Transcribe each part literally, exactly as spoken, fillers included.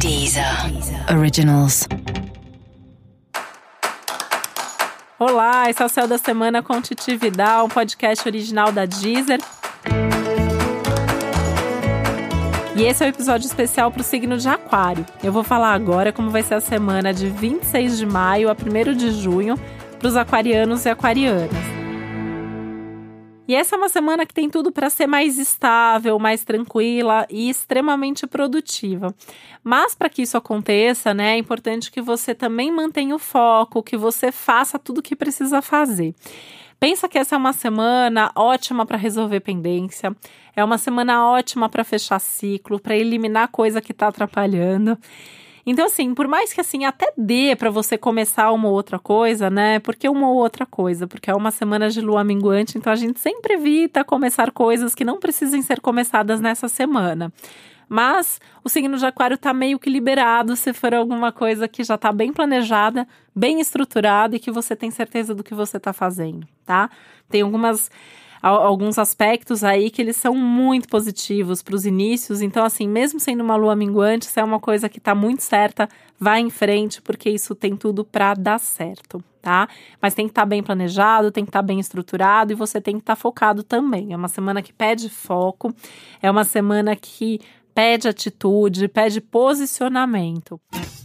Deezer Originals. Olá, esse é o Céu da Semana com Titi Vidal, um podcast original da Deezer. E esse é o um episódio especial para o signo de Aquário. Eu vou falar agora como vai ser a semana de vinte e seis de maio a primeiro de junho para os aquarianos e aquarianas. E essa é uma semana que tem tudo para ser mais estável, mais tranquila e extremamente produtiva. Mas para que isso aconteça, né, é importante que você também mantenha o foco, que você faça tudo o que precisa fazer. Pensa que essa é uma semana ótima para resolver pendência, é uma semana ótima para fechar ciclo, para eliminar coisa que está atrapalhando. Então, assim, por mais que assim até dê para você começar uma ou outra coisa, né? Porque uma ou outra coisa, porque é uma semana de lua minguante, então a gente sempre evita começar coisas que não precisem ser começadas nessa semana. Mas o signo de Aquário tá meio que liberado se for alguma coisa que já tá bem planejada, bem estruturada e que você tem certeza do que você tá fazendo, tá? Tem algumas... alguns aspectos aí que eles são muito positivos para os inícios, então assim, mesmo sendo uma lua minguante, se é uma coisa que está muito certa, vai em frente, porque isso tem tudo para dar certo, tá? Mas tem que estar tá bem planejado, tem que estar tá bem estruturado e você tem que estar tá focado também. É uma semana que pede foco, é uma semana que pede atitude, pede posicionamento.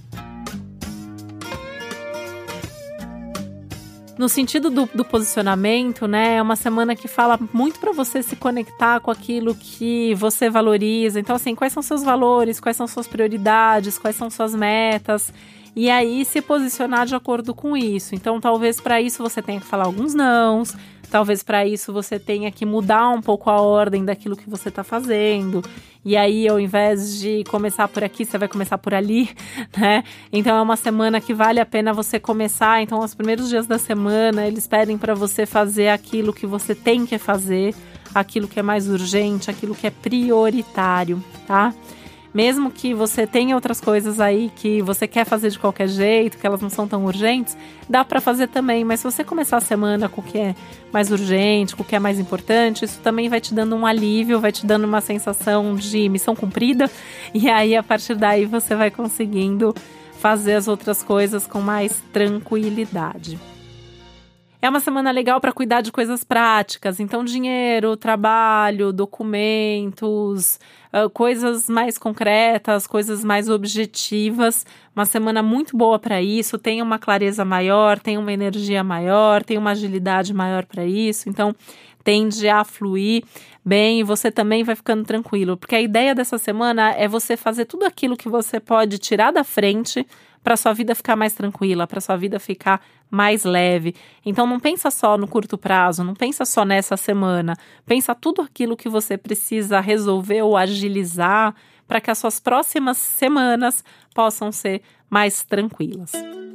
No sentido do, do posicionamento, né, é uma semana que fala muito para você se conectar com aquilo que você valoriza. Então, assim, quais são seus valores, quais são suas prioridades, quais são suas metas, e aí se posicionar de acordo com isso. Então, talvez para isso você tenha que falar alguns nãos, talvez para isso você tenha que mudar um pouco a ordem daquilo que você está fazendo. E aí, ao invés de começar por aqui, você vai começar por ali, né? Então, é uma semana que vale a pena você começar. Então, os primeiros dias da semana, eles pedem para você fazer aquilo que você tem que fazer, aquilo que é mais urgente, aquilo que é prioritário, tá? Mesmo que você tenha outras coisas aí que você quer fazer de qualquer jeito, que elas não são tão urgentes, dá para fazer também. Mas se você começar a semana com o que é mais urgente, com o que é mais importante, isso também vai te dando um alívio, vai te dando uma sensação de missão cumprida. E aí, a partir daí, você vai conseguindo fazer as outras coisas com mais tranquilidade. É uma semana legal para cuidar de coisas práticas, então dinheiro, trabalho, documentos, uh, coisas mais concretas, coisas mais objetivas. Uma semana muito boa para isso, tem uma clareza maior, tem uma energia maior, tem uma agilidade maior para isso, então tende a fluir bem e você também vai ficando tranquilo, porque a ideia dessa semana é você fazer tudo aquilo que você pode tirar da frente para sua vida ficar mais tranquila, para sua vida ficar mais leve. Então não pensa só no curto prazo, não pensa só nessa semana, pensa tudo aquilo que você precisa resolver ou agilizar para que as suas próximas semanas possam ser mais tranquilas.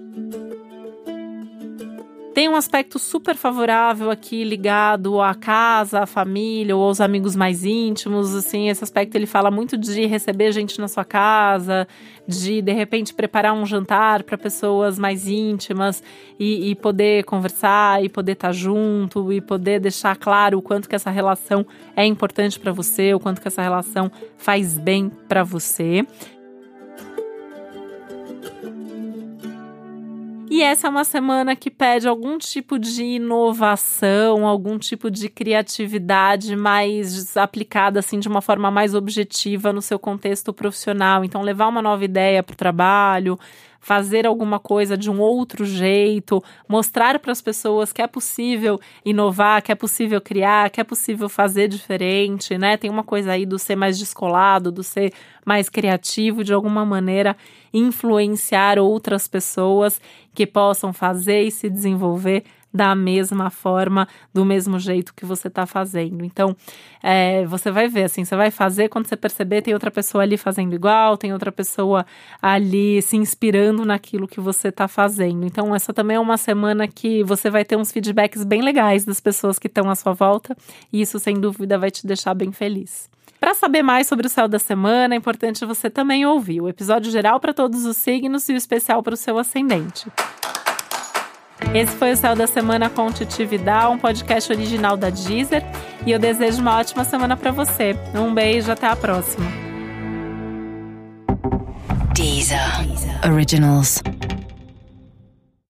Tem um aspecto super favorável aqui ligado à casa, à família ou aos amigos mais íntimos, assim, esse aspecto ele fala muito de receber gente na sua casa, de de repente preparar um jantar para pessoas mais íntimas e, e poder conversar e poder estar junto e poder deixar claro o quanto que essa relação é importante para você, o quanto que essa relação faz bem para você. E essa é uma semana que pede algum tipo de inovação, algum tipo de criatividade mais aplicada assim, de uma forma mais objetiva no seu contexto profissional. Então, levar uma nova ideia para o trabalho, fazer alguma coisa de um outro jeito, mostrar para as pessoas que é possível inovar, que é possível criar, que é possível fazer diferente, né? Tem uma coisa aí do ser mais descolado, do ser mais criativo, de alguma maneira influenciar outras pessoas que possam fazer e se desenvolver da mesma forma, do mesmo jeito que você está fazendo. Então, é, você vai ver, assim, você vai fazer, quando você perceber, tem outra pessoa ali fazendo igual, tem outra pessoa ali se inspirando naquilo que você está fazendo. Então, essa também é uma semana que você vai ter uns feedbacks bem legais das pessoas que estão à sua volta, e isso, sem dúvida, vai te deixar bem feliz. Para saber mais sobre o céu da semana, é importante você também ouvir o episódio geral para todos os signos e o especial para o seu ascendente. Esse foi o Céu da Semana com Titi Vidal, um podcast original da Deezer, e eu desejo uma ótima semana para você. Um beijo, até a próxima. Deezer. Deezer Originals.